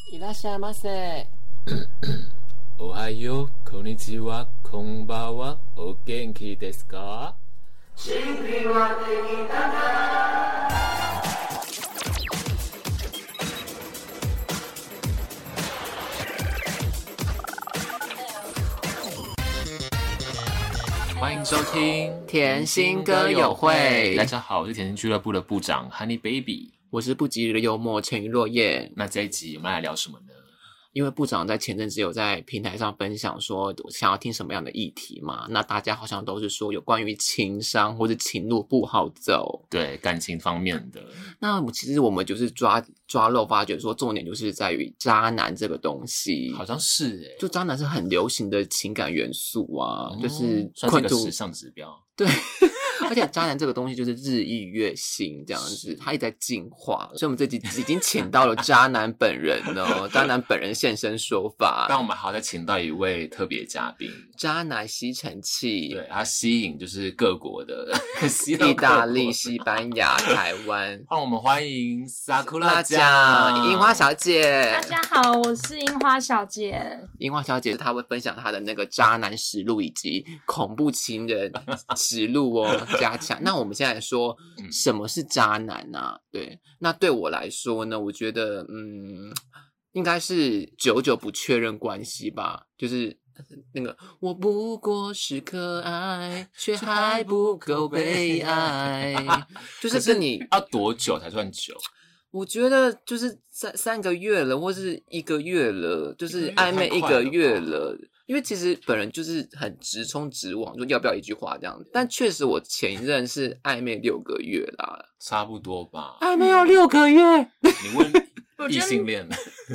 いらっしゃいませ。 おはよう、こんにちは、こんばんは、お元気ですか？新品はできたか？欢迎收听甜心歌友会。 大家好，我是甜心俱乐部的部长 Honey Baby， 我是不吉利的幽默陈于落叶。 那这一集我们来聊什么呢？ 因为部长在前阵子有在平台上分享说想要听什么样的议题嘛，那大家好像都是说有关于情伤或者情路不好走， 对，感情方面的。 那其实我们就是抓漏发觉说重点就是在于渣男这个东西， 好像是耶， 就渣男是很流行的情感元素啊，就是算是一个时尚指标。 对而且渣男这个东西就是日益越新这样子，他一直在进化，所以我们这集已经请到了渣男本人哦渣男本人现身说法。 但我们还要再请到一位特别嘉宾， 渣男吸尘器， 对，他吸引就是各国的意大利、西班牙、台湾。 让我们欢迎萨库拉酱樱花小姐。 大家好，我是樱花小姐。 樱花小姐她会分享她的那个渣男实录以及恐怖情人实录哦，加强。那我们现在说什么是渣男啊？对，那对我来说呢，我觉得应该是久久不确认关系吧，就是那个我不过是可爱，却还不够被爱，就是跟你要多久才算久？ 我觉得就是三个月了，或是1个月了，就是暧昧1个月了。因为其实本人就是很直冲直往，就要不要一句话这样子。但确实我前一任是暧昧6个月啦， 差不多吧。 暧昧要6个月？ 你问异性恋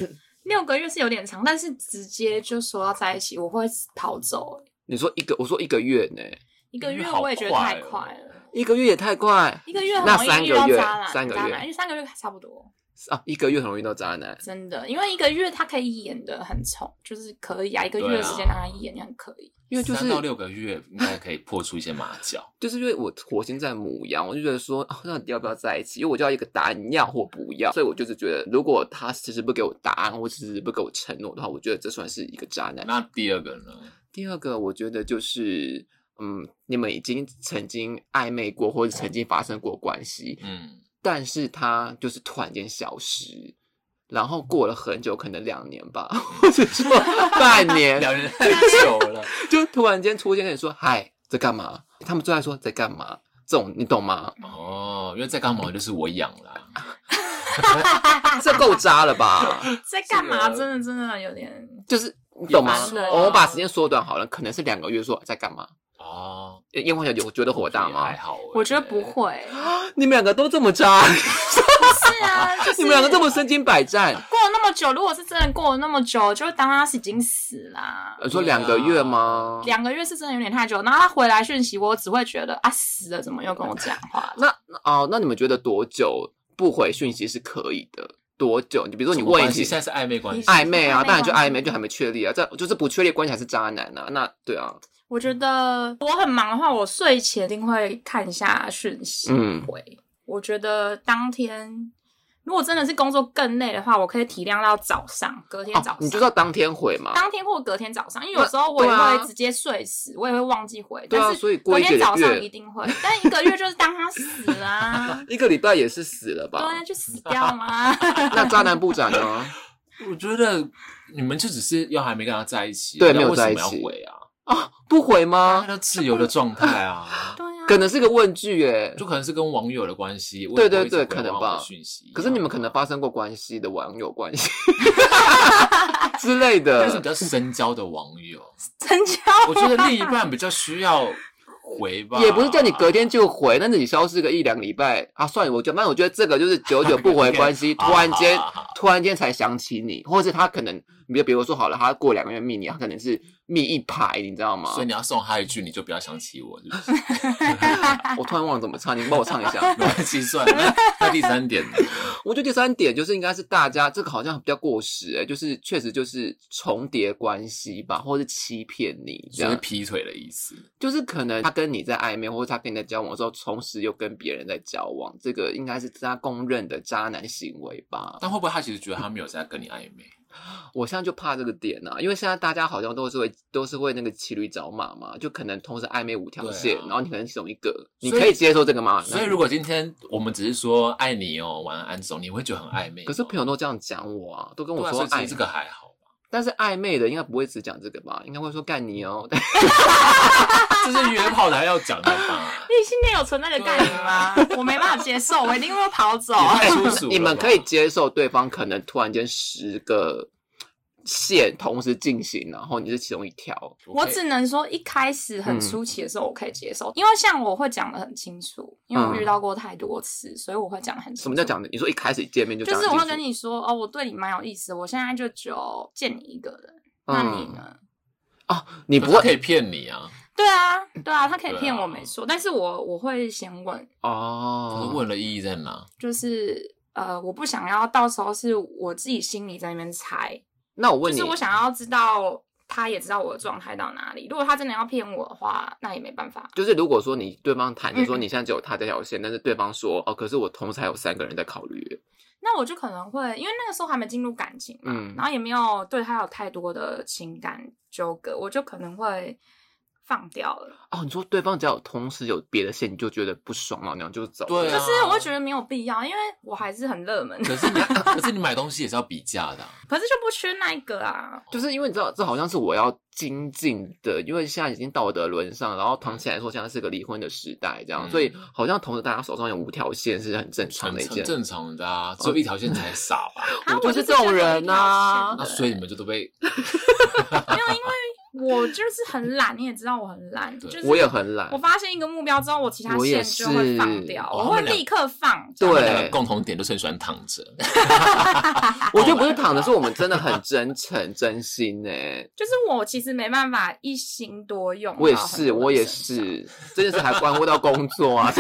6个月是有点长，但是直接就说要在一起，我会逃走。 你说我说1个月呢 ？1个月我也觉得太快了。 1个月也太快。 1个月很那容易遇到渣男 3个月， 因为3个月差不多。 啊，1个月很容易遇到渣男， 真的，因为1个月他可以演得很丑，就是可以啊。1个月的时间让他演，也很可以。 因为就是 3到6个月应该可以破出一些马脚。 就是因为我火星在牡羊，我就觉得说，那你要不要在一起？因为我就要一个答案，你要或不要。所以我就是觉得，如果他迟迟不给我答案，或迟迟不给我承诺的话，我觉得这算是一个渣男。 那第二个呢？ 第二个，我觉得就是你们已经曾经暧昧过，或者曾经发生过关系，但是他就是突然间消失。然后过了很久，可能2年吧，或者说半年 ，2年太久了， 就突然间出现跟你说：“嗨，在干嘛？”他们最爱说在干嘛，这种你懂吗？ 哦，因为在干嘛就是我养啦， 这够渣了吧？ 在干嘛？真的有点， 就是你懂吗？我们把时间缩短好了，可能是2个月说在干嘛？ 哦， 樱花小姐，我觉得火大吗？ 还好， 我觉得不会。 你们2个都这么渣。 是啊，就是你们2个这么身经百战， 过了那么久，如果是真的过了那么久，就当他是已经死啦。 你说2个月吗 ？2个月是真的有点太久。然后他回来讯息，我只会觉得死了，怎么又跟我讲话？ 那你们觉得多久不回讯息是可以的？多久？你比如说你问一下，现在是暧昧关系， 暧昧啊，当然就暧昧，就还没确立啊，这就是不确立关系还是渣男啊？那对啊。 我觉得我很忙的话，我睡前一定会看一下讯息回。我觉得当天如果真的是工作更累的话，我可以体谅到早上，隔天早上。 你就知道当天回嘛？ 当天或隔天早上，因为有时候我也会直接睡死，我也会忘记回。 对啊， 但是隔天早上一定会。但1个月就是当他死了啊 ，1个礼拜也是死了吧？ 对，就死掉吗？ 那渣男部长呢？ 我觉得你们就只是还没跟他在一起， 对，没有在一起， 为什么要回啊？ 不回吗？ 他自由的状态啊， 对啊， 可能是个问句耶， 就可能是跟网友的关系， 对，可能吧。 讯息， 可是你们可能发生过关系的网友关系之类的， 但是比较深交的网友， 深交， 我觉得另一半比较需要回吧， 也不是叫你隔天就回，但是你消失个1-2个礼拜啊，算了，反正我觉得这个就是久久不回关系，突然间才想起你，或者是他可能，比如说好了，他过2个月密你，他可能是密1排，你知道吗？ 所以你要送他一句，你就不要想起我，是不是？ 我突然忘了怎么唱，你帮我唱一下。 没关系，算了。那第3点呢？ 我觉得第3点就是应该是大家这个好像比较过时就是确实就是重叠关系吧，或是欺骗你这样， 就是劈腿的意思。 就是可能他跟你在暧昧，或者他跟你在交往的时候，同时又跟别人在交往，这个应该是他公认的渣男行为吧？ 但会不会他其实觉得他没有在跟你暧昧？ 我现在就怕这个点啊，因为现在大家好像都是会那个骑驴找马嘛，就可能同时暧昧5条线，然后你可能其中一个，你可以接受这个吗？ 所以如果今天我们只是说爱你哦，晚安这种，你会觉得很暧昧。 可是朋友都这样讲我啊，都跟我说爱这个还好吧。 但是暧昧的应该不会只讲这个吧？应该会说干你哦。 这是约炮的还要讲的吧？ 你心里有存那个概念吗？我没办法接受，我一定会跑走。 你们可以接受对方可能突然间10个线同时进行，然后你是其中一条。 我只能说一开始很初期的时候我可以接受，因为像我会讲得很清楚，因为我遇到过太多次，所以我会讲得很清楚。 什么叫讲的？你说一开始见面就讲得就是我会跟你说哦，我对你蛮有意思，我现在就只有见你一个人，那你呢？ 哦，你不会可以骗你啊？ 对啊，他可以骗我没错，但是我会先问哦， 问了意义在哪？ 就是我不想要到时候是我自己心里在那边猜。 那我问你， 就是我想要知道，他也知道我的状态到哪里。如果他真的要骗我的话，那也没办法。 就是如果说你对方谈就说你现在只有他这条线，但是对方说可是我同时还有3个人在考虑。 那我就可能会，因为那个时候还没进入感情嘛，然后也没有对他有太多的情感纠葛，我就可能会放掉了。 你说对方只要同时有别的线，你就觉得不爽了，那样就走。 对啊， 就是我会觉得没有必要，因为我还是很热门。 可是你买东西也是要比价的可是就不缺那一个啊。 就是因为你知道，这好像是我要精进的，因为现在已经道德沦丧，然后唐起来说现在是个离婚的时代，这样，所以好像同时大家手上有5条线是很正常的一件， 很正常的啊，只有1条线才傻吧？ 我就是这种人啊， 那所以你们就都被没有，因为我就是很懒，你也知道我很懒，就是我也很懒。 我发现一个目标之后，我其他线就会放掉，我会立刻放。 对， 共同点就是很喜欢躺着。 我觉得不是躺着，是我们真的很真诚、真心就是我其实没办法一心多用。 我也是，这件事还关乎到工作啊。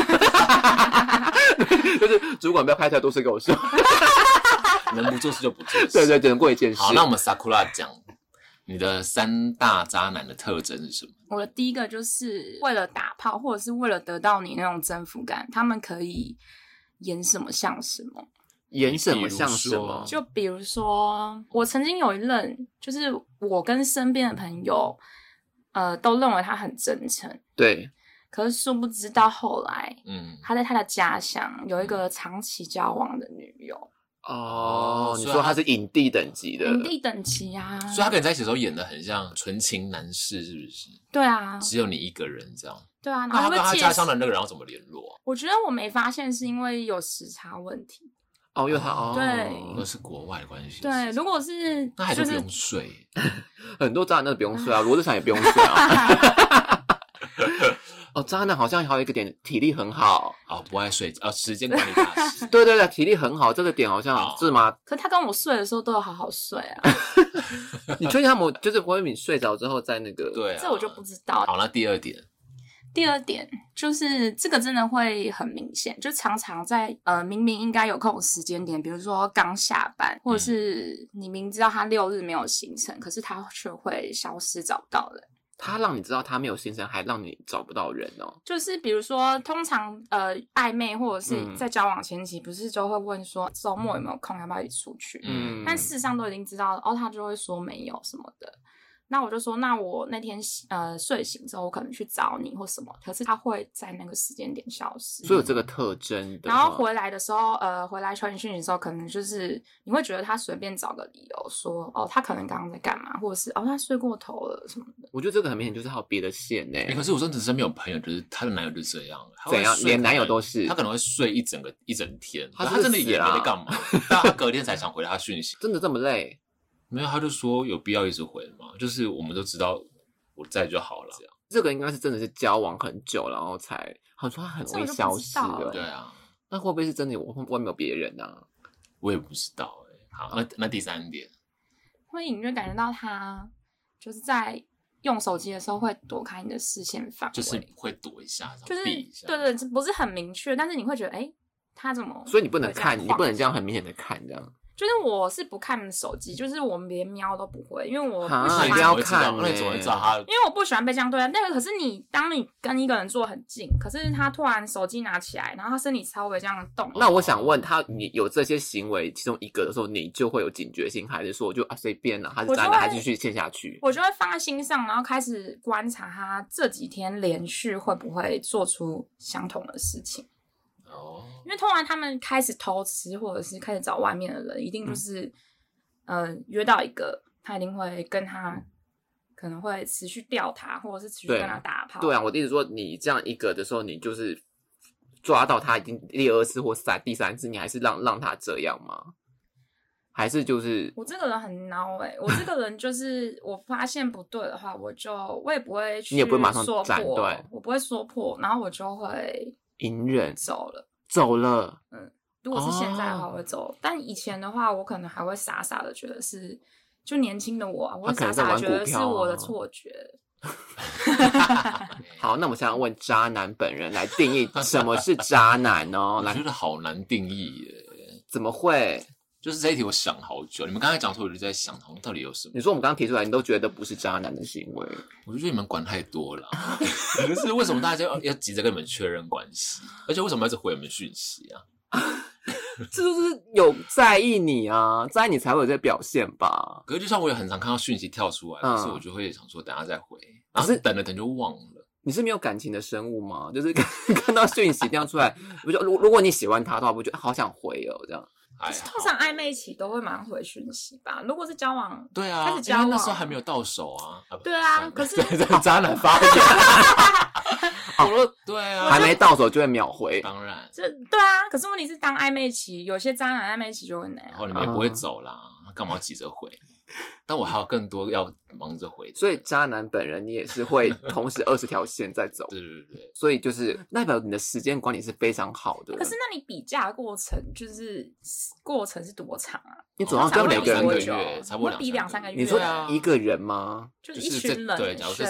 就是主管不要开太多事给我说， 能不做事就不做事。 对，只能过一件事。 好，那我们 Sakura 讲。你的3大渣男的特征是什么？ 我的第一个就是为了打炮，或者是为了得到你那种征服感，他们可以演什么像什么。 演什么像什么？ 就比如说，我曾经有一任，就是我跟身边的朋友，都认为他很真诚。 对。 可是殊不知到后来，他在他的家乡有一个长期交往的女友。 你说他是影帝等级的， 影帝等级啊！ 所以他跟你在一起的时候演的很像纯情男士，是不是？ 对啊， 只有你一个人这样。 对啊，然后他跟他家乡的那个人要怎么联络？ 我觉得我没发现是因为有时差问题。 因为他对， 那是国外的关系。 对，如果是那还是不用睡， 很多渣男都不用睡啊，罗志祥也不用睡啊。渣男好像还有一个点，体力很好， 不爱睡，时间管理大师。 对，体力很好，这个点好像是吗？ 可是他跟我睡的时候都有好好睡啊。 你确定他们就是不会你睡着之后在那个？ 对， 这我就不知道。 好，那第二点就是这个真的会很明显，就常常在明明应该有空的时间点，比如说刚下班，或者是你明知道他6日没有行程，可是他却会消失找不到人。 他让你知道他没有行程，还让你找不到人哦。 就是比如说，通常暧昧或者是在交往前期，不是就会问说周末有没有空，要不要一起出去？但事实上都已经知道了，他就会说没有什么的。那我就说，那我那天睡醒之后，我可能去找你或什么，可是他会在那个时间点消失， 所以有这个特征的。 然后回来的时候，回来传讯息的时候，可能就是你会觉得他随便找个理由说，他可能刚刚在干嘛，或者是他睡过头了什么的。 我觉得这个很明显就是还有别的线可是我真的身边有朋友，就是她的男友就是这样， 怎样，连男友都是， 他可能会睡一整天， 他真的也没在干嘛，但他隔天才想回他讯息， 真的这么累？ 没有，他就说有必要一直回吗？就是我们都知道我在就好了。 这个应该是真的是交往很久，然后才说他很容易消失的。 对啊， 那会不会是真的我会没有别人啊？ 我也不知道好，那第3点， 会隐约感觉到他就是在用手机的时候会躲开你的视线范围， 就是会躲一下， 就是避一下。 对，不是很明确，但是你会觉得他怎么？ 所以你不能看，你不能这样很明显的看这样。 就是我是不看手机，就是我连瞄都不会，因为我不喜欢。 一定要看， 那你怎么会知道他？ 因为我不喜欢被这样对待。那个可是当你跟一个人坐很近，可是他突然手机拿起来，然后他身体稍微这样动。 那我想问他，你有这些行为其中一个的时候，你就会有警觉性，还是说就随便啦，他是渣男，还继续陷下去？ 我就会放在心上，然后开始观察他这几天连续会不会做出相同的事情。因为通常他们开始偷吃或者是开始找外面的人，一定就是约到一个，他一定会跟他可能会持续钓他，或者是持续跟他打炮。 对啊，我的意思说，你这样一个的时候，你就是抓到他已经第2次或第3次，你还是让他这样吗？还是就是我这个人很孬我这个人就是我发现不对的话，我也不会去， 你也不会马上斩断， 我不会说破，然后我就会隐忍走了。如果是现在的话，我会走。但以前的话，我可能还会傻傻的觉得是，就年轻的我会傻傻的觉得是我的错觉。 好，那我想要问渣男本人来定义什么是渣男哦。 我觉得好难定义耶。 怎么会？ 就是这一题我想好久，你们刚才讲说，我就在想，到底有什么？ 你说我们刚刚提出来，你都觉得不是渣男的行为， 我就觉得你们管太多了。可是为什么大家要急着跟你们确认关系？而且为什么要一直回你们讯息啊？ 这就是有在意你啊，在意你才会有这表现吧。 可是就像我也很常看到讯息跳出来，所以我就会想说等下再回，然后等了等就忘了。 你是没有感情的生物吗？就是看到讯息跳出来，我就如果你喜欢他的话，我觉得好想回哦，这样。 通常暧昧期都会马上回讯息吧。如果是交往， 对啊， 开始交往那时候还没有到手啊。 对啊，可是这个渣男发言。我说对啊， 还没到手就会秒回。 当然， 对啊。可是问题是，当暧昧期，有些渣男暧昧期就会那样， 然后你们也不会走啦，干嘛急着回？但我还有更多要忙着回的。 所以渣男本人你也是会同时20条线在走。 对。 所以就是代表你的时间管理是非常好的。 可是那你比价的过程是多长啊？ 你总要跟每个人 2-3个月，差不多比2-3个月。 你说一个人吗？ 就是一群人， 对，假如是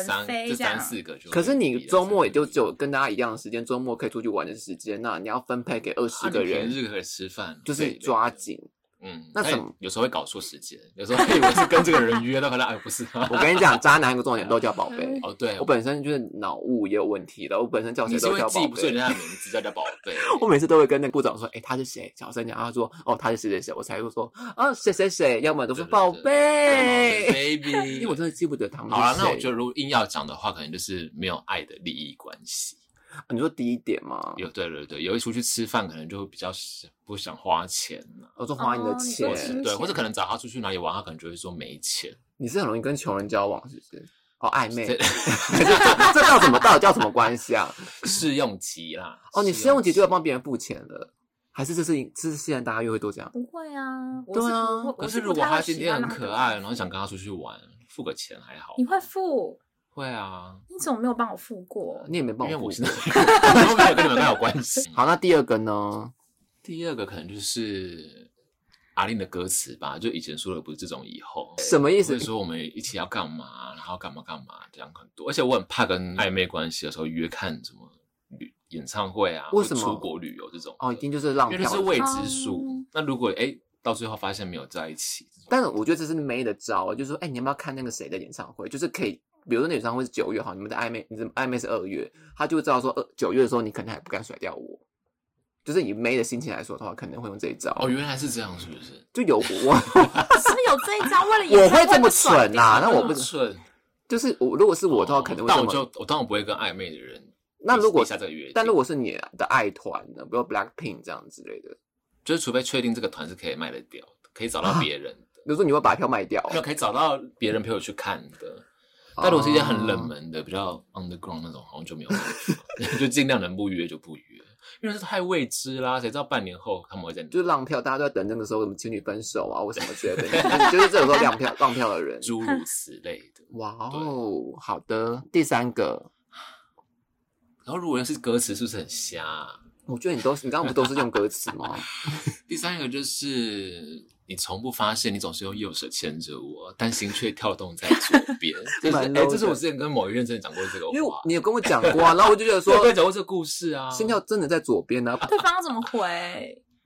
3-4个就。 可是你周末也就只有跟大家一样的时间，周末可以出去玩的时间，那你要分配给20个人， 平日可以吃饭， 就是抓紧。 那什么？有时候会搞错时间，有时候以为是跟这个人约，到可能不是。 我跟你讲，渣男有个重点都叫宝贝。 哦，对， 我本身就是脑雾也有问题的，我本身叫谁都叫宝贝。 你是会记不住人家的名字，叫宝贝。 我每次都会跟那个部长说，他是谁？小声讲，他说，他是谁谁谁，我才会说，谁谁谁，要么都说宝贝 ，baby。 因为我真的记不得他们。 好了，那我觉得如果硬要讲的话，可能就是没有爱的利益关系。 你说第一点吗？ 对，有一出去吃饭，可能就会比较不想花钱我说花你的钱， 对，或者可能找他出去哪里玩，他可能就会说没钱。 你是很容易跟穷人交往，是不是？暧昧，这到底叫什么关系啊？ 试用期啦。 你试用期就要帮别人付钱了，还是这是现在大家约会都这样？ 不会啊， 对啊。 可是如果他今天很可爱，然后想跟他出去玩，付个钱还好。 你会付？ 会啊。 你怎么没有帮我付过？ 你也没帮我付， 因为我现在都没有跟你们有关系。 好，那第二个呢？ 第二个可能就是阿令的歌词吧，就以前说的不是这种以后， 什么意思？ 就是说我们一起要干嘛，然后干嘛这样很多，而且我很怕跟暧昧关系的时候约看什么演唱会啊， 为什么出国旅游这种？ 一定就是浪票， 因为就是未知数。那如果到最后发现没有在一起， 但是我觉得这是妹的招，就是说你要不要看那个谁的演唱会？就是可以，比如说那演唱会是9月好，你们的暧昧，你的暧昧是2月，他就会知道说9月的时候你可能还不敢甩掉我。就是以妹的心情来说的话，可能会用这一招。 原来是这样，是不是？ 就有我是有这一招，为了演唱会我会这么蠢啊？那我不蠢， 就是如果是我的话，可能会这么。 我当然不会跟暧昧的人。 那如果下这个约定， 但如果是你的爱团呢，比如 Blackpink 这样之类的， 就是除非确定这个团是可以卖得掉的，可以找到别人的。 比如说你会把票卖掉， 没有可以找到别人陪我去看的。但如果是一些很冷门的、比较 underground 那种，好像就没有办法，就尽量能不约就不约。因为是太未知啦，谁知道半年后他们会在就是浪票，大家都在等那个时候，什么情侣分手啊，或什么之类的，就是这种时候浪票的人， 诸如此类的。 哇哦，好的，第3个， 然后如果是歌词，是不是很瞎我觉得你刚刚不都是用歌词吗？ 第3个就是你从不发现，你总是用右手牵着我，但心却跳动在左边。这是我之前跟某一任真的讲过这个话， 因为你有跟我讲过啊，然后我就觉得说， 我跟你讲过这个故事啊， 心跳真的在左边啊， 对方要怎么回？ 因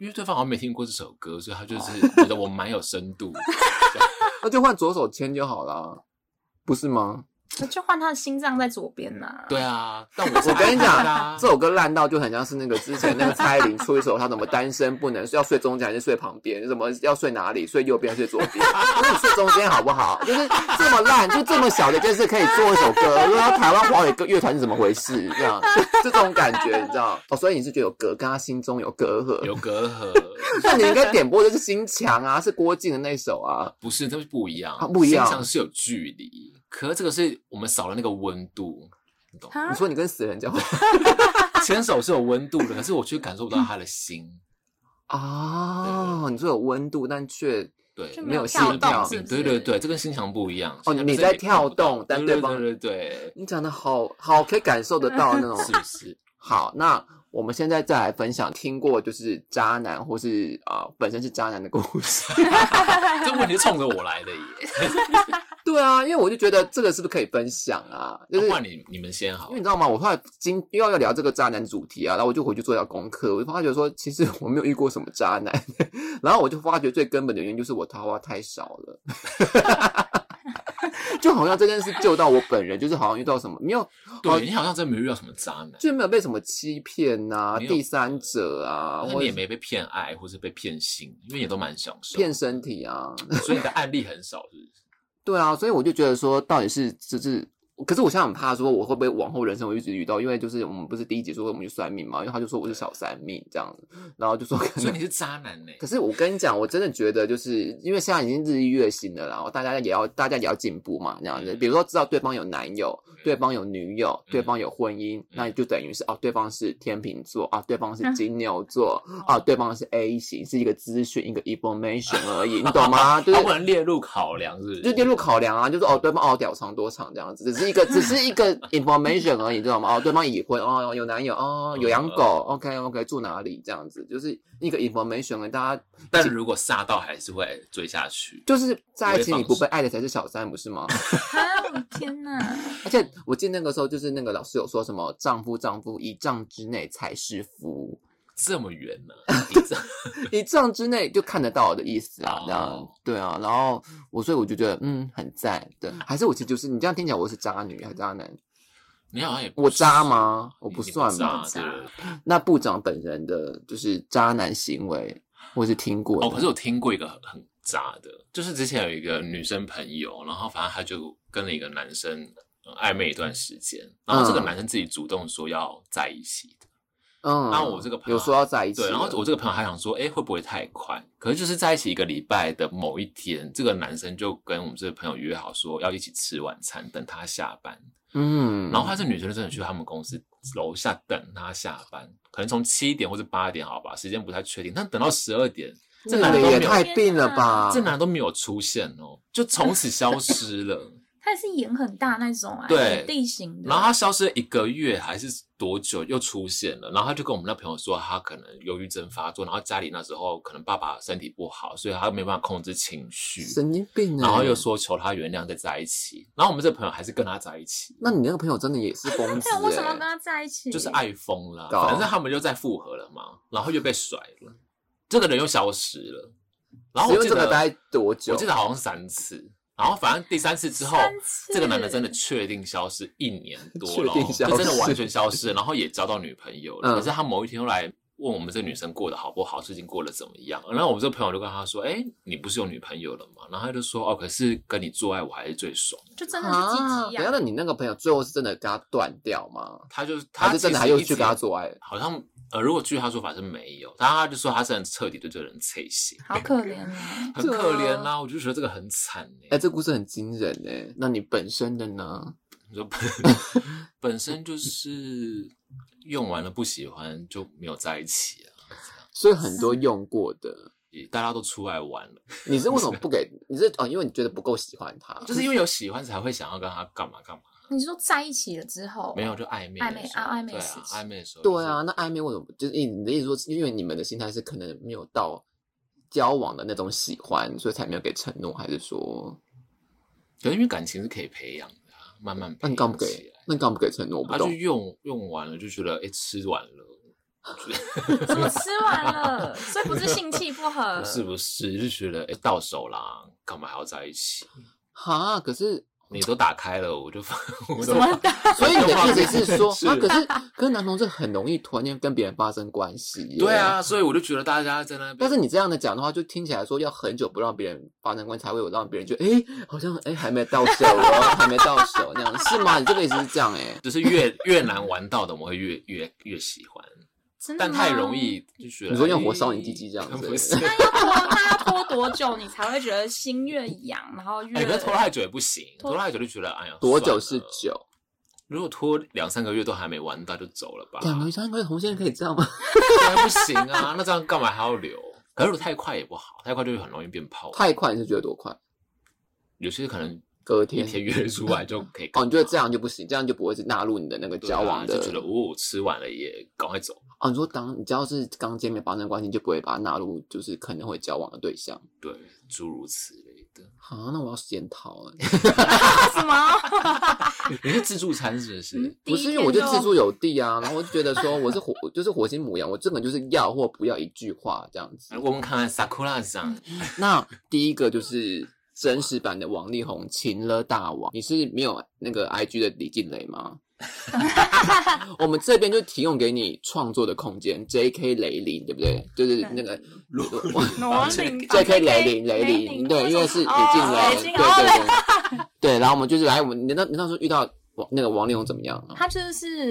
因为对方好像没听过这首歌，所以他就是觉得我蛮有深度的。 那就换左手牵就好了，不是吗？ 那就换他的心脏在左边呐。 对啊，但我跟你讲，这首歌烂到就很像是那个之前那个蔡依林出一首，她怎么单身不能要睡中间还是睡旁边，怎么要睡哪里，睡右边还是睡左边？那你睡中间好不好？就是这么烂，就这么小的件事可以做一首歌，说台湾华语乐团是怎么回事？这样这种感觉，你知道？哦，所以你是觉得有隔，跟他心中有隔阂， 有隔阂。 那你应该点播的是心墙啊，是郭靖的那首啊？ 不是，这不一样， 不一样， 心墙是有距离。可是这个是我们少了那个温度，你懂吗？ 你说你跟死人交往， 牵手是有温度的，可是我却感受不到他的心啊。你说有温度，但却对没有心跳， 对对对，这跟心墙不一样。 哦，你在跳动，但对方对， 你讲的好可以感受得到那种， 是不是？ 好，那我们现在再来分享听过就是渣男或是本身是渣男的故事。 这问题是冲着我来的耶。 对啊，因为我就觉得这个是不是可以分享啊？就是换你们先好， 因为你知道吗？我后来又要聊这个渣男主题啊，然后我就回去做一下功课，我就发觉说，其实我没有遇过什么渣男，然后我就发觉最根本的原因就是我桃花太少了。就好像这件事救到我本人，就是好像遇到什么没有？ 对，你好像真没有遇到什么渣男， 就没有被什么欺骗啊、第三者啊， 或者你也没被骗爱，或是被骗心，因为也都蛮享受骗身体啊， 所以你的案例很少，是不是？ 对啊，所以我就觉得说，到底是可是我现在很怕说我会不会往后人生我一直遇到，因为就是我们不是第一集说我们去算命嘛，因为他就说我是小三命这样子，然后就说所以你是渣男呢。 可是我跟你讲，我真的觉得就是因为现在已经日益月新了啦，然后大家也要进步嘛，这样子，比如说知道对方有男友，对方有女友，对方有婚姻，那就等于是对方是天秤座啊，对方是金牛座啊，对方是 A 型，是一个资讯一个 information 而已，你懂吗？就是不能列入考量，是不是？ 就列入考量啊，就是对方屌长多长这样子，只是一个 information 而已，知道吗？对方已婚有男友有养狗 ，OK 住哪里这样子，就是一个 information 而已，大家。 但如果煞到还是会追下去， 就是在一起你不被爱的才是小三，不是吗？ 天哪！ 而且我记得那个时候就是那个老师有说什么丈夫一丈之内才是夫。 这么远呢？ 一丈之内就看得到的意思啊，这样对啊。然后所以我就觉得很赞，对。还是我其实就是你这样听起来我是渣女还是渣男？ 你好像也我渣吗？我不算吧。 那部长本人的就是渣男行为，我是听过的。 可是我听过一个很渣的，就是之前有一个女生朋友，然后反正她就跟了一个男生暧昧一段时间，然后这个男生自己主动说要在一起的。然后我这个朋友有说要在一起， 对，然后我这个朋友还想说，会不会太快？可是就是在一起1个礼拜的某一天，这个男生就跟我们这个朋友约好说要一起吃晚餐，等他下班。然后他这女生就真的去他们公司楼下等他下班，可能从7点或者8点，好吧，时间不太确定。但等到12点，这男的也太病了吧！ 这男的都没有出现哦，就从此消失了。 他也是演很大那种对， 地形的。 然后他消失了1个月还是多久又出现了，然后他就跟我们那朋友说他可能忧郁症发作，然后家里那时候可能爸爸身体不好，所以他没办法控制情绪， 神经病然后又说求他原谅再在一起，然后我们这个朋友还是跟他在一起。 那你那个朋友真的也是疯子为什么要跟他在一起？ 就是爱疯了，反正他们就再复合了嘛，然后又被甩了，这个人又消失了。然后我记得这个大概多久？ 我记得好像3次。然后反正第3次之后，这个男的真的确定消失1年多了，就真的完全消失了，然后也交到女朋友了。可是他某一天又来问我们这个女生过得好不好，最近过得怎么样？然后我们这个朋友就跟他说：“你不是有女朋友了吗？”然后他就说：“可是跟你做爱我还是最爽。” 就真的是鸡鸡呀！ 等一下，那你那个朋友最后是真的跟他断掉吗？ 他是真的还又去跟他做爱？ 好像如果据他说法是没有，但他就说他真的彻底对这个人脆心， 好可怜啊， 很可怜啊！我就觉得这个很惨这故事很惊人那你本身的呢？ 你说本身就是用完了不喜欢就没有在一起啊， 所以很多用过的。 大家都出来玩了， 你是为什么不给？你是因为你觉得不够喜欢他， 就是因为有喜欢才会想要跟他干嘛。 你说在一起了之后没有就暧昧时期暧昧的时候， 对啊，那暧昧为什么？就是你的意思说，因为你们的心态是可能没有到交往的那种喜欢，所以才没有给承诺，还是说？ 可是因为感情是可以培养的慢慢培养起来。 那你干嘛不给承诺？ 他就用完了就觉得吃完了。 怎么吃完了？所以不是性气不合， 不是，就觉得到手啦，干嘛还要在一起？ 哈，可是你都打开了，我就怎么打？ 所以你的意思是说，可是男同志很容易突然间跟别人发生关系耶。 对啊，所以我就觉得大家在那边。 但是你这样的讲的话，就听起来说要很久不让别人发生关系，才会有让别人觉得好像还没到手哦，还没到手那样，是吗？你这个意思是这样就是越难玩到的，我们会越喜欢。但太容易就觉得你说用火烧你鸡鸡这样子， 不是？ 那要拖多久你才会觉得心越痒，然后越？ 可是拖太久也不行，拖太久就觉得哎呀， 多久是久？ 如果拖2-3个月都还没玩到就走了吧 ？2-3个月同性可以这样吗？ 不行啊，那这样干嘛还要留？可是如果太快也不好，太快就很容易变泡。 太快你是觉得多快？ 有些可能隔天一天约出来就可以。 你觉得这样就不行，这样就不会是纳入你的那个交往的， 就觉得吃完了也赶快走。 你说你只要是刚见面发生关系，就不会把它纳入就是可能会交往的对象， 对，诸如此类的。 那我要检讨什么？ 你是自助餐是不是？ 不是，因为我就自助有地啊，然后我就觉得说我是就是火星母羊，我这个就是要或不要一句话这样子。 我们看看 Sakura 上， 那第一个就是真实版的王力宏情勒大王，你是没有那个 IG 的李静蕾吗？我们这边就提供给你创作的空间 ，JK 雷凌对不对？就是那个罗琳 ，JK 雷凌对，因为是李静蕾，对，然后我们就是来，你那时候遇到那个王力宏怎么样？ 他就是，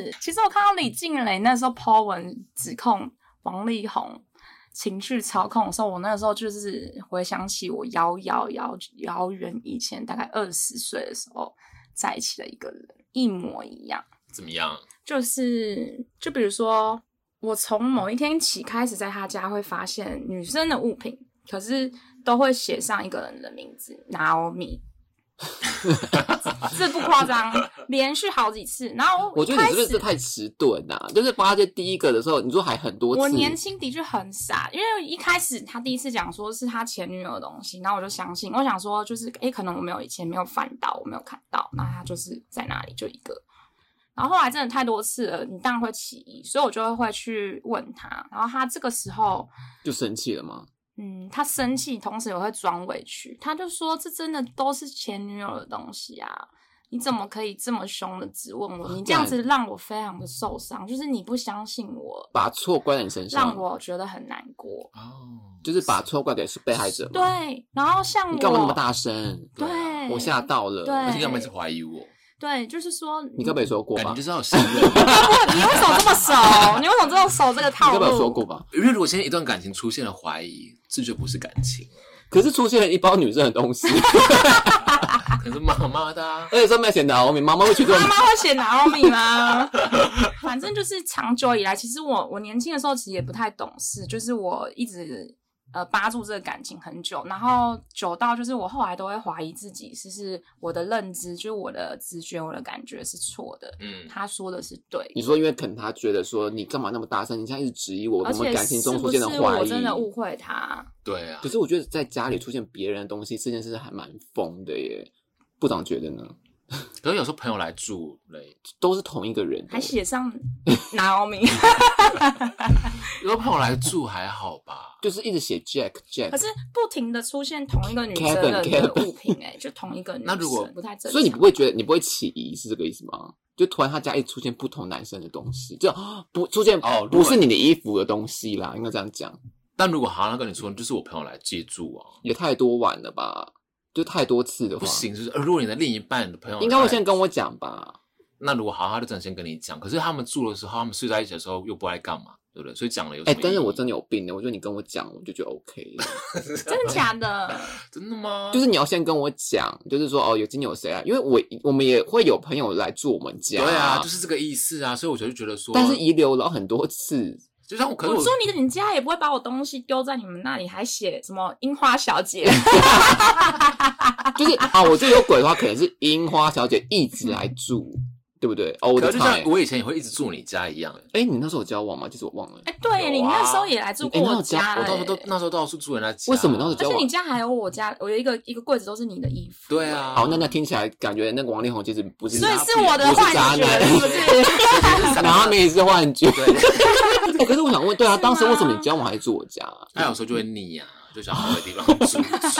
其实我看到李静蕾那时候 po 文指控王力宏情绪操控的时候，我那个时候就是回想起我遥远以前大概20岁的时候在一起的一个人，一模一样。 怎么样？ 就比如说，我从某一天起开始在他家会发现女生的物品，可是都会写上一个人的名字 Naomi。这不夸张，连续好几次。然后我觉得你是不是太迟钝啊？就是发现第一个的时候，你说还很多次。 我年轻的确很傻，因为一开始他第一次讲说是他前女友的东西，然后我就相信，我想说就是可能我以前没有翻到，我没有看到，那他就是在那里就一个。然后后来真的太多次了，你当然会起疑，所以我就会去问他，然后他这个时候就生气了吗？ 他生气，同时也会装委屈。他就说：“这真的都是前女友的东西啊，你怎么可以这么凶的质问我？你这样子让我非常的受伤，就是你不相信我， 把错怪在你身上， 让我觉得很难过。 就是把错怪给是被害者嘛。 对，然后像你干嘛那么大声？ 对， 我吓到了。 对， 而且要么是怀疑我。” 对，就是说， 你该不会说过吧？ 你就是要有信任。 你为什么这么熟？你为什么这么熟这个套路？ 你该不会说过吧？ 因为如果现在一段感情出现了怀疑，这就不是感情。 可是出现了一包女生的东西， 可是妈妈的啊， 而且上面写Naomi，妈妈会去做， 妈妈会写Naomi吗？反正就是长久以来，其实我年轻的时候其实也不太懂事，就是我一直扒住这个感情很久，然后久到就是我后来都会怀疑自己，是我的认知，就是我的直觉，我的感觉是错的。他说的是对。 你说因为可能他觉得说你干嘛那么大声，你现在一直质疑我们感情中出现的怀疑， 是不是我真的误会他？ 对啊。 可是我觉得在家里出现别人的东西这件事还蛮疯的耶，部长觉得呢？ 可是有时候朋友来住都是同一个人， 还写上Naomi。 有时候朋友来住还好吧， 就是一直写 Jack， 可是不停的出现同一个女生的物品，就同一个女生， 那如果不太正常， 所以你不会觉得你不会起疑是这个意思吗？就突然他家一直出现不同男生的东西，就不出现不是你的衣服的东西啦，应该这样讲。 但如果好像跟你说，就是我朋友来借住啊， 也太多晚了吧？就太多次的话不行，就是如果你的另一半的朋友应该会先跟我讲吧。 那如果好，他就真的先跟你讲。可是他们住的时候，他们睡在一起的时候又不爱干嘛，对不对？所以讲了有什么意义？ 但是我真的有病的，我觉得你跟我讲，我就觉得 OK 了。 真的假的？ 真的吗？ 就是你要先跟我讲，就是说今天有谁啊？因为我们也会有朋友来住我们家。 对啊，就是这个意思啊。所以我就觉得说， 但是遗留了很多次。 就像我住你家也不会把我东西丢在你们那里，还写什么樱花小姐？就是我觉得有鬼的话，可能是樱花小姐一直来住。 对不对？可是就像我以前也会一直住你家一样。 你那时候有交往吗？其实我忘了。 对，你那时候也来住过我家。 我那时候到处住人家家。 为什么那时候交往？ 而且你家还有我家，我有一个柜子都是你的衣服。 对啊。 好，那听起来感觉那个王力宏其实不是， 所以是我的幻觉，是不是？ 然后你也是幻觉。可是我想问，对啊，当时为什么你交往还住我家？ 他有时候就会腻啊，就想换个地方住。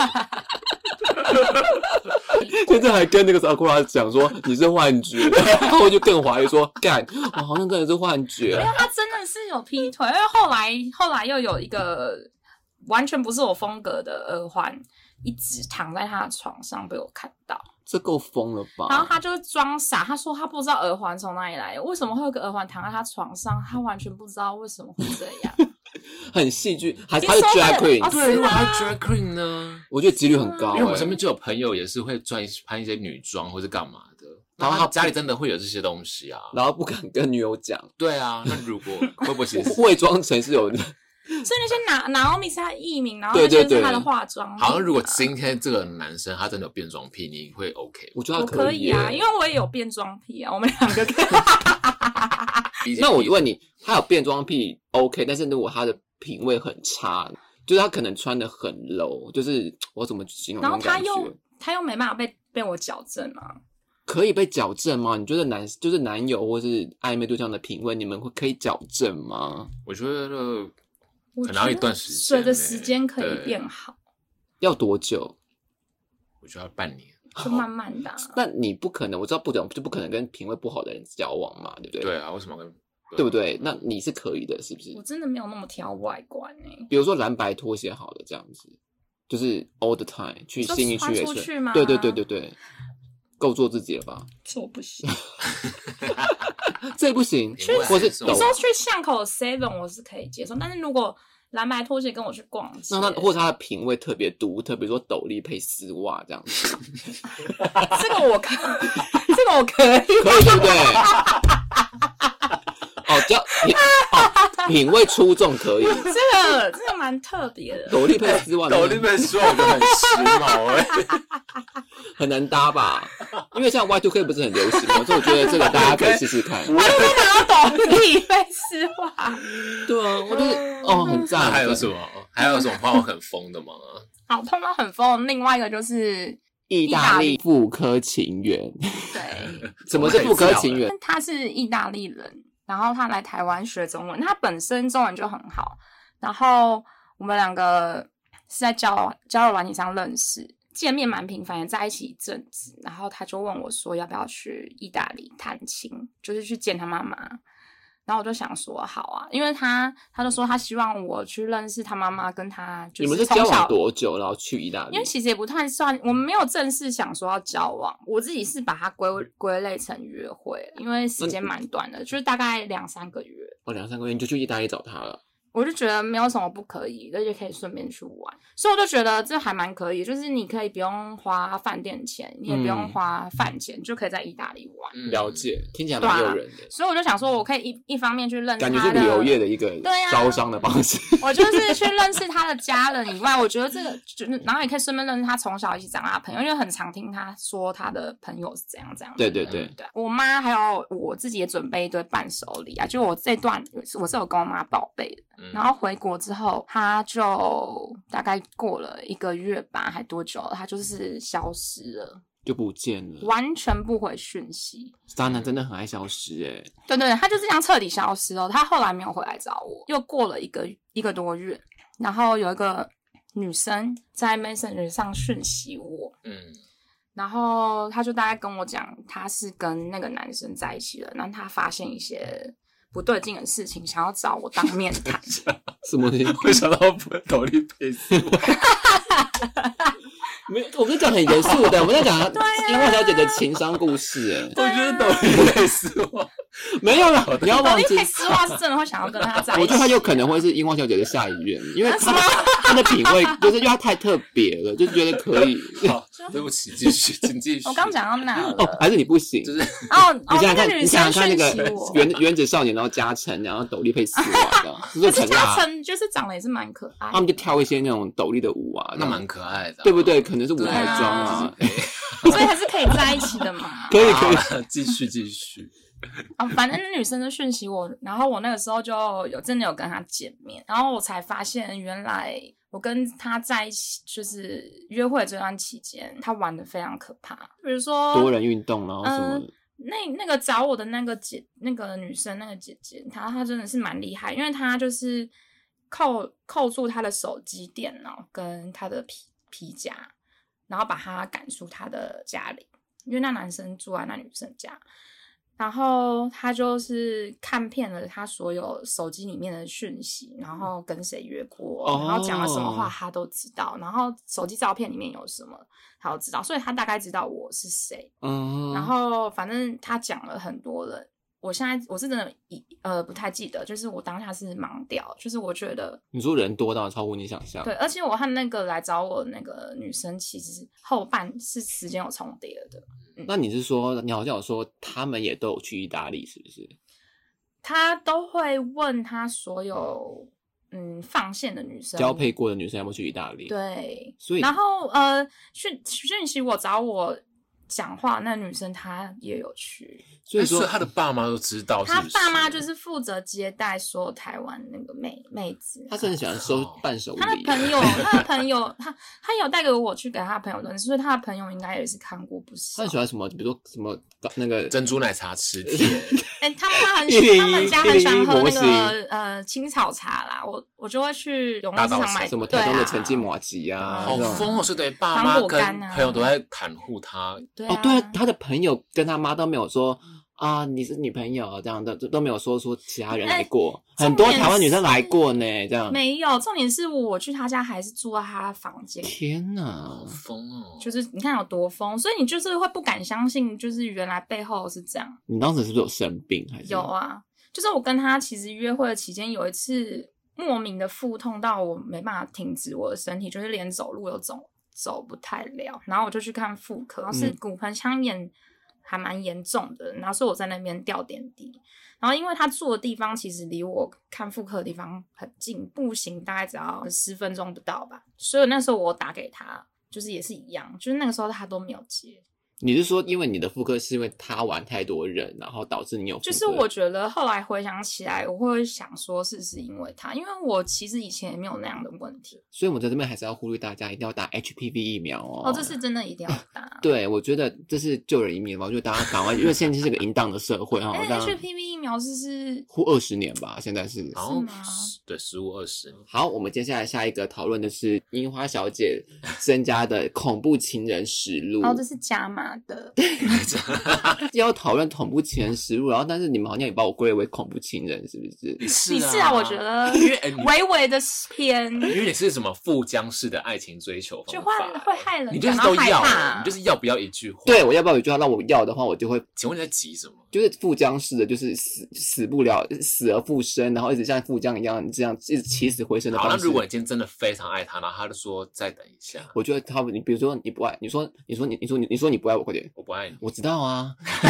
现在还跟那个Sakura讲说你是幻觉，然后我就更怀疑说，我好像真的是幻觉。 因为他真的是有劈腿，因为后来又有一个完全不是我风格的耳环，一直躺在他的床上被我看到。 这够疯了吧？ 然后他就装傻，他说他不知道耳环从哪里来，为什么会有个耳环躺在他床上，他完全不知道为什么会这样。 很戏剧，他是 drag queen， 对，如果他是 drag queen 呢？ 我觉得几率很高， 因为我身边就有朋友也是会穿一些女装或是干嘛的，然后他家里真的会有这些东西啊， 然后不敢跟女友讲。 对啊，那如果会不会其实伪装成是有的？ 所以那些Naomi是他的艺名，然后那些是他的化妆。 好像如果今天这个男生他真的有变装癖，你会 OK？ 我觉得他可以啊，因为我也有变装癖啊，我们两个可以。 那我问你，他有变装癖 OK， 但是如果他的品味很差，就是他可能穿的很 low， 就是我怎么形容那种感觉？ 然后他又没办法被我矫正啊。 可以被矫正吗？你觉得就是男友或是暧昧对象的品味，你们可以矫正吗？ 我觉得可能要一段时间， 随着时间可以变好。 要多久？ 我觉得要半年， 就慢慢的。 那你不可能，我知道就不可能跟品味不好的人交往嘛，对不对？ 对啊，为什么跟？ 对不对？那你是可以的，是不是？ 我真的没有那么挑外观比如说蓝白拖鞋好了，这样子，就是 all the time 去信义区也是吗？ 对，够做自己了吧？ 这我不行， 这不行。 或是你说去巷口 7 我是可以接受，但是如果蓝白拖鞋跟我去逛街， 那或者他的品味特别独特，比如说斗笠配丝袜这样子， 这个我可以，可以对不对？品味出众可以， 这个蛮特别的。 斗笠配丝袜， 斗笠配丝袜我觉得很时髦很难搭吧？因为像 Y2K 不是很流行吗？所以我觉得这个大家可以试试看。 我都没拿到斗笠配丝袜。 对啊，我觉得很赞。 还有什么碰到很疯的吗？ 好，碰到很疯的另外一个就是意大利妇科情缘。 对， 什么是妇科情缘？ 他是意大利人。然后他来台湾学中文，他本身中文就很好。然后我们两个是在交友软体上认识，见面蛮频繁的，在一起一阵子。然后他就问我说要不要去意大利探亲，就是去见他妈妈。然后我就想说好啊，因为他就说他希望我去认识他妈妈，跟他就是你们是交往多久然后去意大利？ 因为其实也不太算，我们没有正式想说要交往，我自己是把它归类成约会，因为时间蛮短的，就是大概2-3个月。 2-3个月你就去意大利找他了？ 我就觉得没有什么不可以，而且可以顺便去玩，所以我就觉得这还蛮可以，就是你可以不用花饭店钱，你也不用花饭钱，就可以在意大利玩。 了解，听起来蛮诱人的。 所以我就想说，我可以一方面去认识他的， 感觉是旅游业的一个招商的方式。 我就是去认识他的家人以外，我觉得这个就是，然后也可以顺便认识他从小一起长大的朋友，因为很常听他说他的朋友是怎样怎样。 对， 我妈还有我自己也准备一堆伴手礼啊，就我这段我是有跟我妈报备的。然后回国之后，他就大概过了1个月吧，还多久了？他就是消失了， 就不见了， 完全不回讯息。 渣男真的很爱消失对，他就是这样彻底消失哦。他后来没有回来找我，又过了一个多月，然后有一个女生在 Messenger 上讯息我，然后他就大概跟我讲，他是跟那个男生在一起了，然后他发现一些不对劲的事情，想要找我当面谈。 什么东西？ 会想到斗笠配丝袜？ 没有，我们讲很严肃的，我们在讲樱花小姐的情伤故事。 我觉得斗笠配丝袜没有啦，你要忘记斗笠配丝袜是真的会想要跟他在一起。 我觉得他有可能会是樱花小姐的下一任，因为他的品味就是因为他太特别了，就觉得可以。 对不起，继续，请继续。 我刚讲到哪了？ 还是你不行？ 就是你想想看那个原子少年，然后嘉诚，然后斗笠配丝袜的， 可是嘉诚就是长得也是蛮可爱的。 他们就跳一些那种斗笠的舞啊， 那蛮可爱的， 对不对？可能是舞台妆啊， 所以还是可以在一起的嘛。 可以， 继续。 反正女生就讯息我，然后我那个时候就真的有跟她见面，然后我才发现原来我跟她在一起就是约会这段期间，她玩的非常可怕，比如说多人运动，然后什么。 那个找我的那个女生那个姐姐，她真的是蛮厉害，因为她就是扣住她的手机、电脑跟她的皮夹，然后把她赶出她的家里，因为那男生住在那女生家。然后他就是看遍了他所有手机里面的讯息，然后跟谁约过，然后讲了什么话他都知道，然后手机照片里面有什么他都知道，所以他大概知道我是谁。然后反正他讲了很多人，我现在我是真的不太记得，就是我当下是盲掉，就是我觉得你说人多到超乎你想象。 对，而且我和那个来找我的那个女生其实后半是时间有重叠的。 那你是说你好像有说他们也都有去意大利是不是？ 他都会问他所有放线的女生， 交配过的女生有没有去意大利？ 对， 所以然后讯息我找我讲话那女生她也有去， 所以说他的爸妈都知道是不是？ 他爸妈就是负责接待所有台湾那个妹子， 他是很喜欢收伴手礼。 他的朋友他有带给我去给他的朋友认识，所以他的朋友应该也是看过不少。 他很喜欢什么？比如说什么那个珍珠奶茶吃铁。 他们家很喜欢喝那个青草茶啦，我就会去永乐市场买什么台东的陈记麻糬啊， 好疯哦！是对爸妈跟朋友都在袒护他。 对啊，他的朋友跟他妈都没有说啊，你是女朋友这样的，都没有说其他人来过，很多台湾女生来过呢，这样没有。重点是我去他家还是住在他房间。 天哪， 好疯哦！ 就是你看有多疯，所以你就是会不敢相信，就是原来背后是这样。 你当时是不是有生病还是？ 有啊，就是我跟他其实约会的期间，有一次莫名的腹痛到我没办法停止我的身体，就是连走路都走不太了，然后我就去看妇科，然后是骨盆腔炎还蛮严重的，然后所以我在那边吊点滴，然后因为他住的地方其实离我看妇科的地方很近，步行大概只要10分钟不到吧，所以那时候我打给他就是也是一样，就是那个时候他都没有接。 你是说因为你的妇科是因为他玩太多人，然后导致你有妇科？ 就是我觉得后来回想起来，我会想说是因为他，因为我其实以前也没有那样的问题。 所以我们在这边还是要呼吁大家一定要打 HPV 疫苗哦。 这是真的一定要打。 对，我觉得这是救人一命嘛，我觉得大家赶快，因为现在是个淫荡的社会哈。 HPV 疫苗是呼20年吧，现在是吗？ 对，15-20年。 好，我们接下来下一个讨论的是樱花小姐增加的恐怖情人实录。 这是加码的。 要讨论恐怖情人实录，然后但是你们好像也把我归类为恐怖情人，是不是？ 你是啊，我觉得微微的偏， 因为你是什么富江式的爱情追求方法， 会害人， 你就是都要，你就是要不要一句话？ 对，我要不要一句话？让我要的话，我就会。 请问你在急什么？ 就是富江式的，就是死不了，死而复生，然后一直像富江一样这样一直起死回生的方式。 好，那如果你今天真的非常爱他，然后他就说再等一下， 我觉得你比如说你不爱，你说你不爱我，快点， 我不爱你， 我知道啊。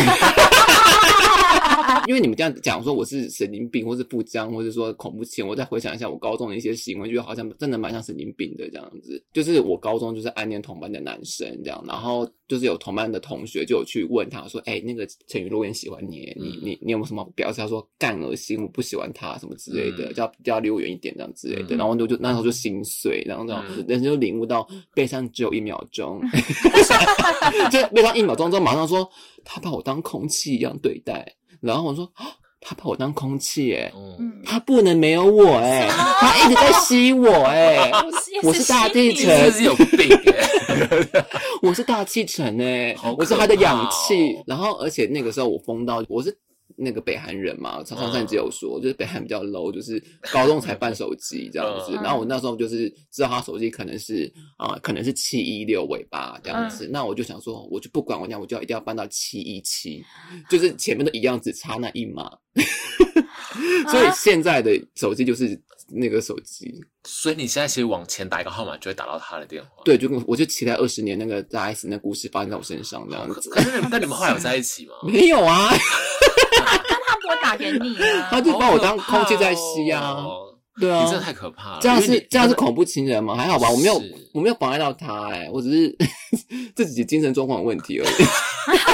因为你们这样讲说我是神经病，或是富江，或是说恐怖情人，我再回想一下我高中的一些行为，觉得好像真的蛮像神经病的这样子。就是我高中就是暗恋同班的男生这样，然后就是有同班的同学就有去问他说，那个陈宇洛也喜欢你，你有没有什么表示？他说干恶心，我不喜欢他什么之类的，叫离我远一点这样之类的。然后就那时候就心碎，然后这样人生就领悟到悲伤只有1秒钟，就悲伤1秒钟之后马上说他把我当空气一样对待。然后我说他把我当空气他不能没有我他一直在吸我我是大气层， 是有病我是大气层我是他的氧气。然后而且那个时候我疯到我是那个北韩人嘛，上次只有说就是北韩比较 low， 就是高中才办手机这样子。然后我那时候就是知道他手机可能是716尾巴这样子，那我就想说我就不管我讲，我就一定要办到717，就是前面都一样，只差那1码。所以现在的手机就是那个手机， 所以你现在其实往前打一个号码就会打到他的电话。 对，我就期待20年那个大 S 那故事发生在我身上这样子。 但你们后来有在一起吗？ 没有啊。 但他不会打给你啊， 他就把我当空气在吸啊。对啊， 你真的太可怕了。 这样是恐怖情人吗？还好吧，我没有妨碍到他我只是自己精神状况有问题而已。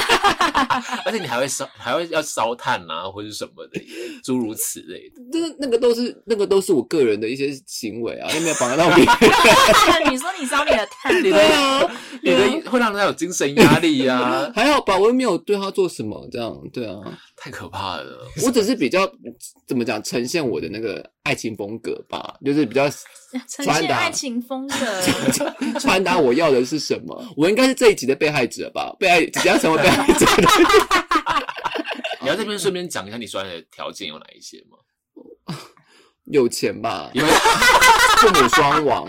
而且你还会要烧炭啊，或者什么的，诸如此类的。 那个都是我个人的一些行为啊，又没有绑到别人。 你说你烧你的炭， 对啊，你的会让他有精神压力啊。 还好吧，我又没有对他做什么，这样对啊， 太可怕了。 我只是比较怎么讲，呈现我的那个爱情风格吧，就是比较呈现爱情风格， 传达我要的是什么。我应该是这一集的被害者吧，即将成为被害者的。 你要这边顺便讲一下你喜欢的条件有哪一些吗？ 有钱吧，父母双亡，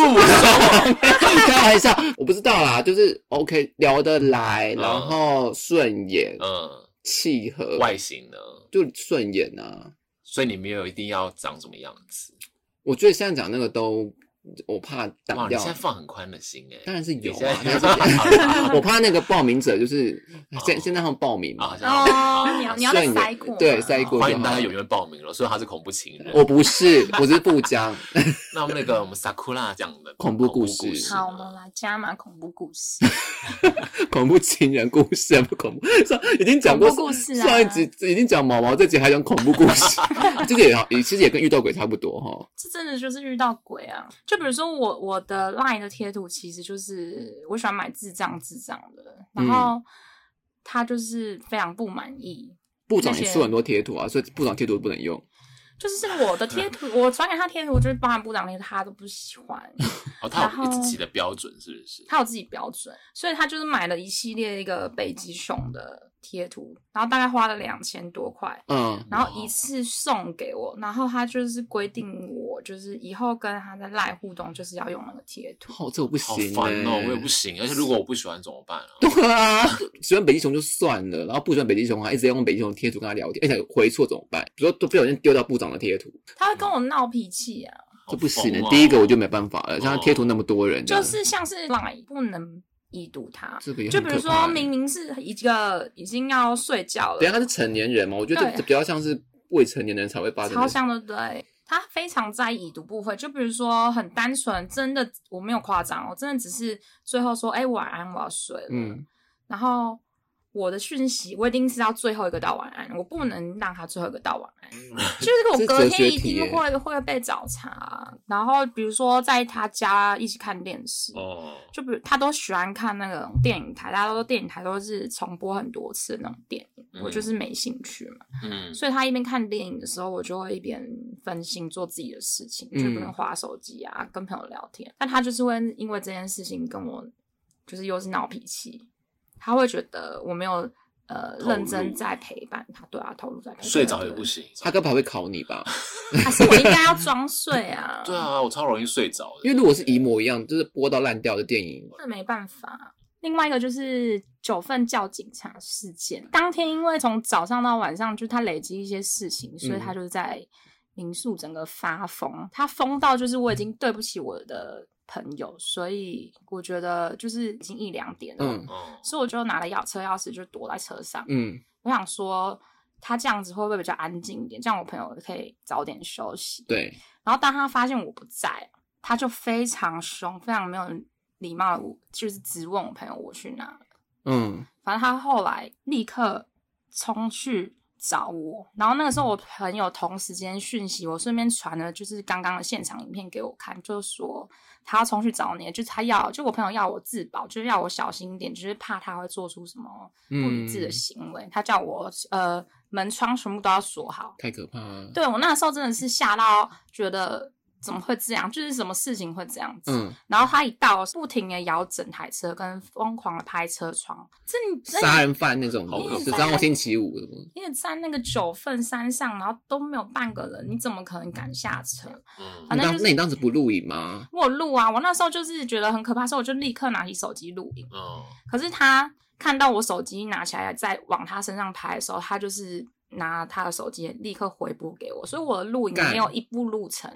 开玩笑，我不知道啦，就是 OK 聊得来，然后顺眼，契合， 外形呢就顺眼啊。 所以你没有一定要长什么样子。 我觉得现在讲那个都。我怕挡掉。 你现在放很宽的心当然是有啊。我怕那个报名者就是现在他们报名嘛。 你要再筛过。 对，筛过。 欢迎大家踊跃报名了，所以他是恐怖情人。 我不是，我是不将。 那我们我们 Sakura 讲的恐怖故事。 好，我们来加码恐怖故事。 恐怖情人故事不恐怖，已经讲过恐怖故事啊。 上一集已经讲毛毛，这集还讲恐怖故事，这个其实也跟遇到鬼差不多哈。 这真的就是遇到鬼啊！就比如说我的 LINE 的贴图，其实就是我喜欢买智障的，然后他就是非常不满意。 部长也出很多贴图啊，所以部长贴图不能用。 就是我的贴图，我传给他贴图，就是包含部长贴图，他都不喜欢。 他有自己的标准是不是？ 他有自己标准，所以他就是买了一系列一个北极熊的贴图，然后大概花了2000多块，然后一次送给我，然后他就是规定我就是以后跟他的LINE互动就是要用那个贴图。 这我不行， 好烦哦，我也不行，而且如果我不喜欢怎么办啊？ 对啊，喜欢北极熊就算了，然后不喜欢北极熊的话，一直用北极熊的贴图跟他聊天，而且回错怎么办？比如说都不小心丢到部长的贴图， 他会跟我闹脾气啊。 这不行的，第一个我就没办法了，像他贴图那么多人， 就是像是LINE不能已读他， 这个也就比如说明明是一个已经要睡觉了， 等一下他是成年人嘛，我觉得这比较像是未成年人才会发生的， 超像的，对。他非常在意已读部分，就比如说很单纯，真的我没有夸张哦，真的只是最后说晚安，我要睡了，然后我的讯息我一定是要最后一个到晚安，我不能让他最后一个到晚安，就是我隔天一定会被找茬。然后比如说在他家一起看电视，就比如他都喜欢看那个电影台，大家都说电影台都是重播很多次的那种电影，我就是没兴趣嘛，所以他一边看电影的时候，我就会一边分心做自己的事情，就可能滑手机啊，跟朋友聊天，但他就是会因为这件事情跟我就是又是闹脾气。他会觉得我没有认真在陪伴他，对啊，投入在陪伴。 睡着也不行， 他该不会考你吧？ 还是我应该要装睡啊？ 对啊，我超容易睡着的。 因为如果是一模一样，就是播到烂掉的电影， 那没办法。另外一个就是9份叫警察事件，当天因为从早上到晚上，就他累积一些事情，所以他就在民宿整个发疯，他疯到就是我已经对不起我的朋友，所以我觉得就是已经1、2点了，所以我就拿了车钥匙就躲在车上，我想说他这样子会不会比较安静一点，这样我朋友可以早点休息。 对， 然后当他发现我不在，他就非常凶，非常没有礼貌的就是质问我朋友我去哪了。反正他后来立刻冲去找我，然后那个时候我朋友同时间讯息我，顺便传了就是刚刚的现场影片给我看，就是说他要冲去找你，就是就我朋友要我自保，就是要我小心一点，就是怕他会做出什么不理智的行为，他叫我门窗全部都要锁好。 太可怕了。 对，我那个时候真的是吓到觉得怎么会这样，就是什么事情会这样子。然后他一到不停的摇整台车跟疯狂的拍车窗， 杀人犯那种，是张国星起舞的。 因为在那个9份山上，然后都没有半个人，你怎么可能敢下车？反正就是， 那你当时不录影吗？ 我有录啊，我那时候就是觉得很可怕，所以我就立刻拿起手机录影。可是他看到我手机拿起来在往他身上拍的时候，他就是拿他的手机立刻回拨给我，所以我的录影没有一步路程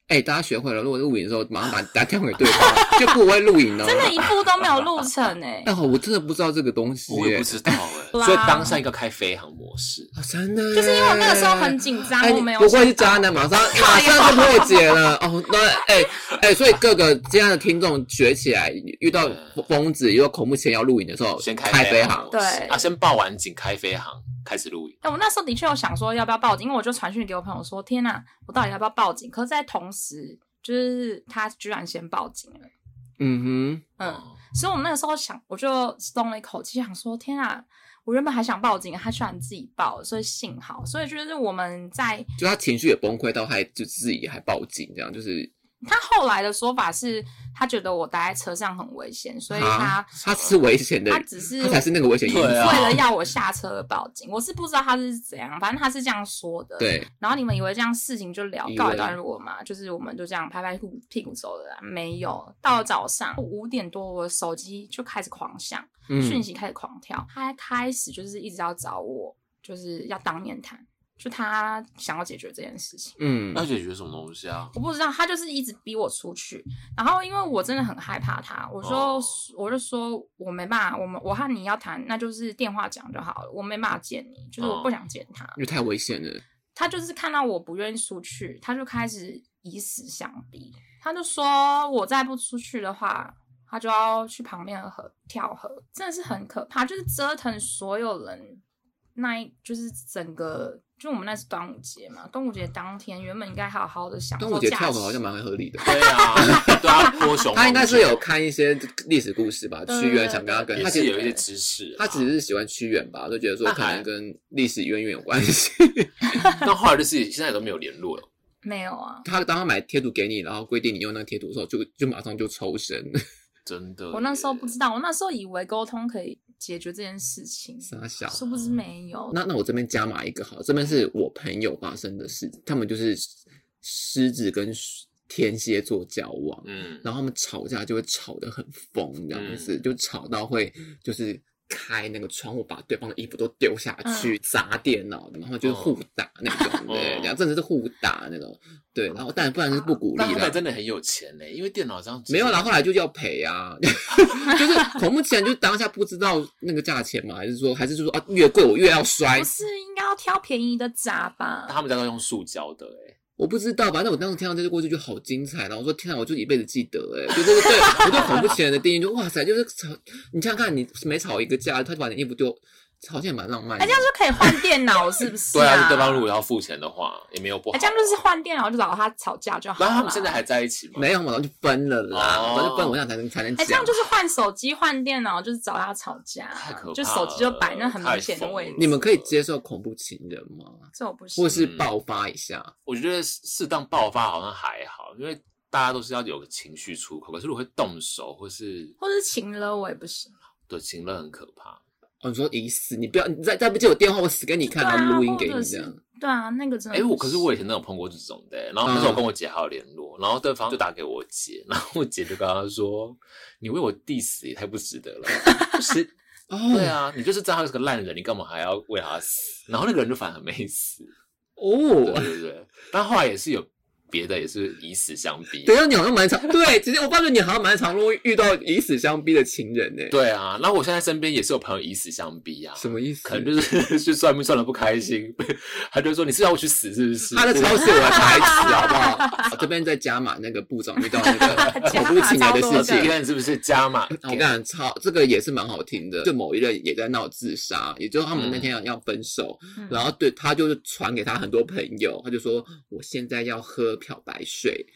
大家学会了，如果录影的时候马上打电话给对方，就不会录影了。 真的一步都没有录成我真的不知道这个东西我也不知道所以当下应该开飞行模式。 真的就是因为我那个时候很紧张，我没有不会是渣男，马上就破解了那所以各个这样的听众学起来，遇到疯子遇到恐怖情人要录影的时候， 先开飞行， 对先报完警开飞行开始录影。 我那时候的确有想说要不要报警，因为我就传讯给我朋友说，天哪，我到底要不要报警？可是在同时，就是他居然先报警了。所以我那个时候想，我就松了一口气，想说天啊，我原本还想报警，他居然自己报了，所以幸好。所以就是我们在， 就他情绪也崩溃到还就自己还报警，这样就是。 他后来的说法是，他觉得我待在车上很危险，所以他是危险的， 他只是他才是那个危险因素，为了要我下车报警。我是不知道他是怎样，反正他是这样说的。 对。 然后你们以为这样事情就告一段落嘛？就是我们就这样拍拍屁股走了啦。没有，到了早上5点多，我的手机就开始狂响，讯息开始狂跳，他开始就是一直要找我，就是要当面谈。就他想要解决这件事情， 要解决什么东西啊？ 我不知道，他就是一直逼我出去，然后因为我真的很害怕他，我就说我没办法，我和你要谈，那就是电话讲就好了，我没办法见你，就是我不想见他， 因为太危险了。 他就是看到我不愿意出去，他就开始以死相逼，他就说我再不出去的话，他就要去旁边的河跳河，真的是很可怕，就是折腾所有人。就是整个，就我们那是端午节嘛，端午节当天原本应该好好的享受假期。端午节跳河好像蛮合理的。 对啊，脱熊。 他应该是有看一些历史故事吧，屈原想跟他他其实有一些知识， 他只是喜欢屈原吧，就觉得说可能跟历史渊源有关系。 但后来就是现在都没有联络了。 没有啊。 当他买贴图给你，然后规定你用那个贴图的时候，就马上就抽身。 真的， 我那时候不知道，我那时候以为沟通可以解决这件事情， 傻小， 殊不知没有。 那我这边加码一个好，这边是我朋友发生的事，他们就是狮子跟天蝎座交往，然后他们吵架就会吵得很疯，这样子，就吵到会就是开那个窗户把对方的衣服都丢下去，砸电脑，然后就是互打那种，对，然后真的是互打那种，对，然后但不然是不鼓励的。 但后来真的很有钱因为电脑这样没有啦，后来就要赔啊，就是恐怖情人就当下不知道那个价钱嘛，还是说越贵我越要摔？ 不是应该要挑便宜的砸吧？ 他们家都用塑胶的我不知道，反正我当时听到这个故事就好精彩，然后我说天啊，我就一辈子记得就这个对我对恐怖情人的定义就哇塞，就是你想想看，你每吵一个架，他就把你衣服丢，好像也蛮浪漫的。 这样就可以换电脑是不是？ 对啊，对方如果要付钱的话，也没有不好。 这样就是换电脑就找他吵架就好了。 然后他们现在还在一起吗？ 没有，马上就分了啦，马上就分，我想才能讲。 这样就是换手机换电脑，就是找他吵架， 太可怕了， 就手机就摆那很明显的位置。 你们可以接受恐怖情人吗？ 这我不行， 或是爆发一下？ 我觉得适当爆发好像还好，因为大家都是要有个情绪出口，可是如果会动手或是情勒我也不行。 对，情勒很可怕。 你说疑似，你不要，你再不接我电话，我死给你看，然后录音给你这样。 对啊，那个真的。 可是我以前都有碰过这种的，然后那时候我跟我姐还有联络，然后对方就打给我姐，然后我姐就跟他说：“你为我弟死也太不值得了。”不是，对啊，你就是知道他是个烂人，你干嘛还要为他死？然后那个人就反而没死。对，但后来也是有。别的也是以死相逼， 对啊，你好像蛮常对，其实我发觉你好像蛮常遇到以死相逼的情人对啊，然后我现在身边也是有朋友以死相逼啊， 什么意思？ 可能就是去算命算得不开心，他就说你是要我去死是不是？ 他在抄袭我的台词好不好？这边在加码那个部长遇到那个恐怖情人的事情， 你看是不是加码？ 我跟你讲，这个也是蛮好听的。就某一任也在闹自杀，也就是他们那天要分手，然后对他就是传给他很多朋友，他就说我现在要喝漂白水。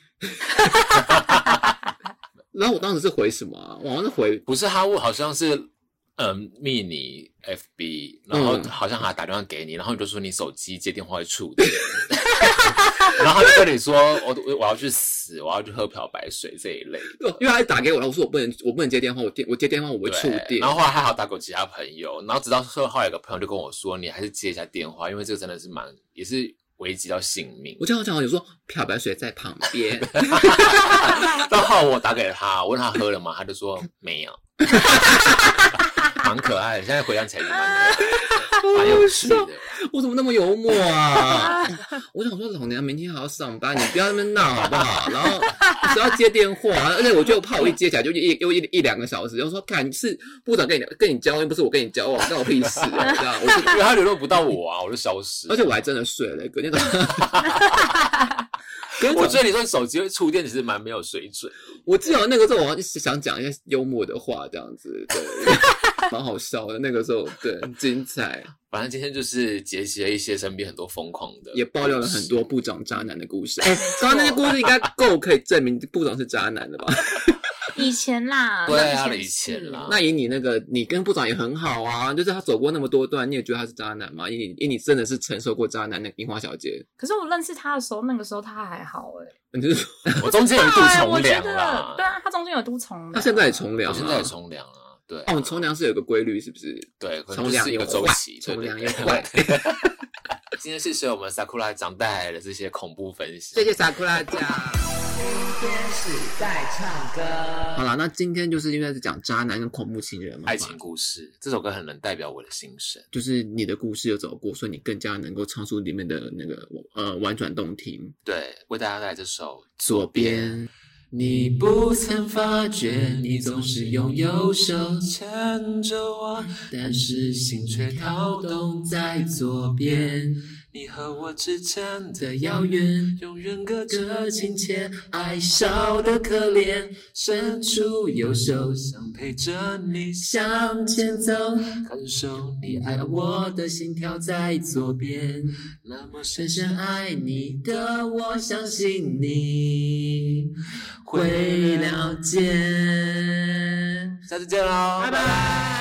然后我当时是回什么我好像是回不是他好像是密你 FB， 然后好像他打电话给你，然后你就说你手机接电话会触电然后他就跟你说我要去死，我要去喝漂白水这一类的， 因为他打给我，然后我说我不能接电话，我接电话我会触电。 然后后来还好打给我其他朋友，然后直到后来有个朋友就跟我说你还是接一下电话，因为这个真的是也是危及到性命。 我这样讲，有说漂白水在旁边。 到后来我打给他，我问他喝了吗？他就说没有，蛮可爱的。现在回想起来也蛮可爱的。 蛮有趣的。 我怎么那么幽默啊？我想说，老娘明天还要上班，你不要在那边闹好不好？然后只要接电话，而且我就怕我一接起来就一两个小时，就说看是部长跟你交往，又不是我跟你交往，关我屁事啊！这样， 因为他联络不到我啊，我就消失。 而且我还真的睡了，隔天早上。 我觉得你说手机会触电，其实蛮没有水准。 我记得那个时候，我想讲一些幽默的话，这样子，对，蛮好笑的。那个时候，对，很精彩。 反正今天就是结集了一些身边很多疯狂的， 也爆料了很多部长渣男的故事。刚刚那些故事应该够可以证明部长是渣男的吧？ 以前啦， 对啊，以前啦。 那以你那个，你跟部长也很好啊，就是他走过那么多段，你也觉得他是渣男吗？以你真的是承受过渣男那个樱花小姐。 可是我认识他的时候，那个时候他还好你就是我中间有一度从良啦， 对啊，他中间有度从良， 他现在也从良， 我现在也从良啊。对哦，从良是有个规律，是不是？ 对， 从良是一个周期， 从良也坏。 今天是由我们 Sakura 长带来的这些恐怖分享， 谢谢 Sakura 酱。今天是在唱歌。好啦，那今天就是因为是讲渣男跟恐怖情人嘛， 爱情故事。这首歌很能代表我的心声， 就是你的故事有走过，所以你更加能够唱出里面的那个婉转动听。 对，为大家带来这首左边。你不曾发觉，你总是用右手牵着我，但是心却跳动在左边。你和我之间的遥远，永远隔着亲切，爱少的可怜，伸出右手想陪着你向前走，感受你爱我的心跳在左边，那么深深爱你的我相信你会了解。 下次见喽， 拜拜。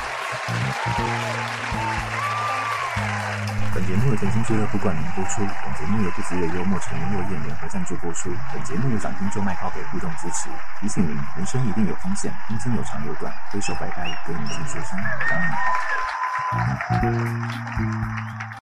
本节目由甜心俱乐部冠名播出，本节目由不只有幽默成员落雁联合赞助播出，本节目由掌听就卖靠给互动支持。提醒您，人生一定有风险，阴茎有长有短，挥手拜拜，给你一些学生，当然好。